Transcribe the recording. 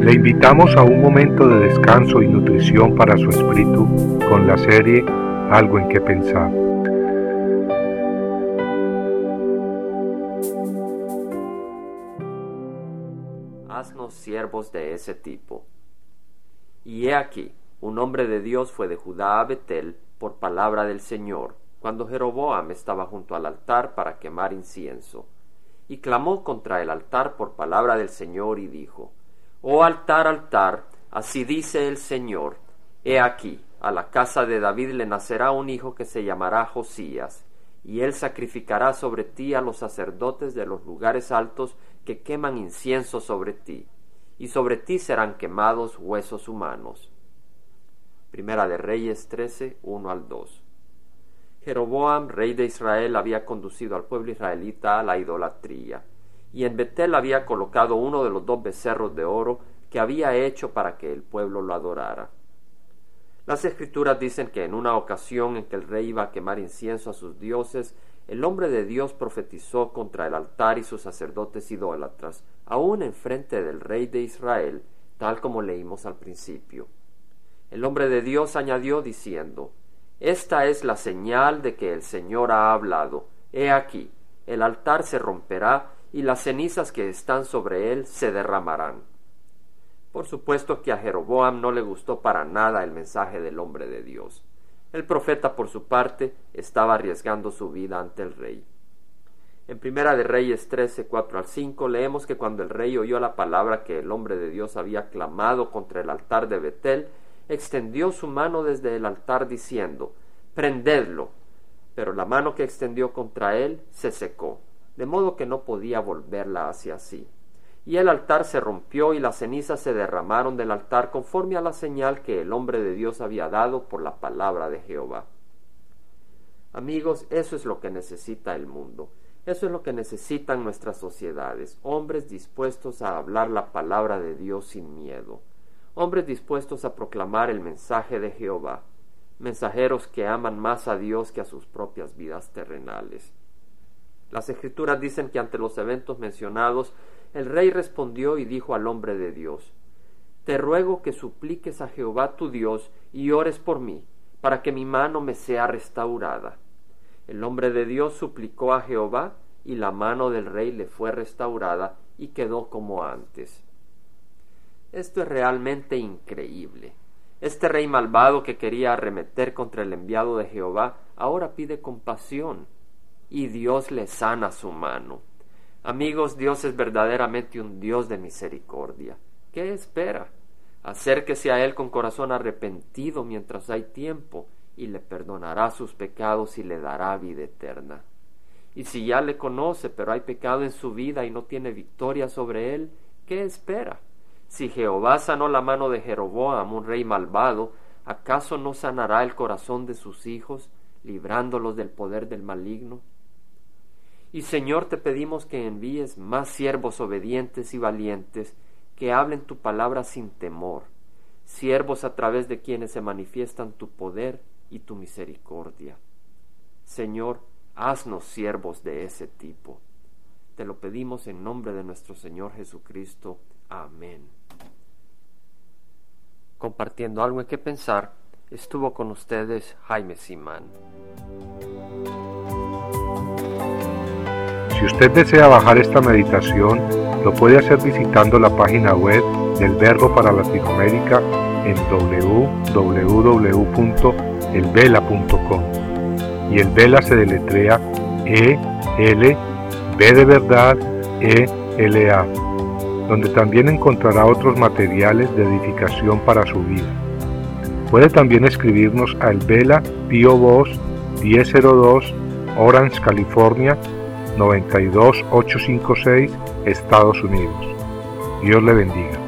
Le invitamos a un momento de descanso y nutrición para su espíritu con la serie Algo en que pensar. Haznos siervos de ese tipo. Y he aquí, un hombre de Dios fue de Judá a Betel por palabra del Señor, cuando Jeroboam estaba junto al altar para quemar incienso. Y clamó contra el altar por palabra del Señor y dijo: Oh altar, altar, así dice el Señor, he aquí, a la casa de David le nacerá un hijo que se llamará Josías, y él sacrificará sobre ti a los sacerdotes de los lugares altos que queman incienso sobre ti, y sobre ti serán quemados huesos humanos. Primera de Reyes 13, 1-2. Jeroboam, rey de Israel, había conducido al pueblo israelita a la idolatría, y en Betel había colocado uno de los 2 becerros de oro que había hecho para que el pueblo lo adorara. Las Escrituras dicen que en una ocasión en que el rey iba a quemar incienso a sus dioses, el hombre de Dios profetizó contra el altar y sus sacerdotes idólatras, aún enfrente del rey de Israel, tal como leímos al principio. El hombre de Dios añadió diciendo: Esta es la señal de que el Señor ha hablado. He aquí, el altar se romperá y las cenizas que están sobre él se derramarán. Por supuesto que a Jeroboam no le gustó para nada el mensaje del hombre de Dios. El profeta, por su parte, estaba arriesgando su vida ante el rey. En Primera de Reyes 13, 4-5, leemos que cuando el rey oyó la palabra que el hombre de Dios había clamado contra el altar de Betel, extendió su mano desde el altar diciendo: «Prendedlo». Pero la mano que extendió contra él se secó, de modo que no podía volverla hacia sí. Y el altar se rompió y las cenizas se derramaron del altar conforme a la señal que el hombre de Dios había dado por la palabra de Jehová. Amigos, eso es lo que necesita el mundo. Eso es lo que necesitan nuestras sociedades, hombres dispuestos a hablar la palabra de Dios sin miedo, hombres dispuestos a proclamar el mensaje de Jehová, mensajeros que aman más a Dios que a sus propias vidas terrenales. Las Escrituras dicen que ante los eventos mencionados, el rey respondió y dijo al hombre de Dios: «Te ruego que supliques a Jehová tu Dios y ores por mí, para que mi mano me sea restaurada». El hombre de Dios suplicó a Jehová, y la mano del rey le fue restaurada y quedó como antes. Esto es realmente increíble. Este rey malvado que quería arremeter contra el enviado de Jehová, ahora pide compasión, y Dios le sana su mano. Amigos, Dios es verdaderamente un Dios de misericordia. ¿Qué espera? Acérquese a Él con corazón arrepentido mientras hay tiempo, y le perdonará sus pecados y le dará vida eterna. Y si ya le conoce, pero hay pecado en su vida y no tiene victoria sobre él, ¿qué espera? Si Jehová sanó la mano de Jeroboam, un rey malvado, ¿acaso no sanará el corazón de sus hijos, librándolos del poder del maligno? Y Señor, te pedimos que envíes más siervos obedientes y valientes, que hablen tu palabra sin temor, siervos a través de quienes se manifiestan tu poder y tu misericordia. Señor, haznos siervos de ese tipo. Te lo pedimos en nombre de nuestro Señor Jesucristo. Amén. Compartiendo algo en que pensar, estuvo con ustedes Jaime Simán. Si usted desea bajar esta meditación, lo puede hacer visitando la página web del Verbo para Latinoamérica en www.elvela.com. Y el Vela se deletrea E-L-B de verdad E-L-A, donde también encontrará otros materiales de edificación para su vida. Puede también escribirnos a El Vela, P.O. Box 1002, Orange, California 92856, Estados Unidos. Dios le bendiga.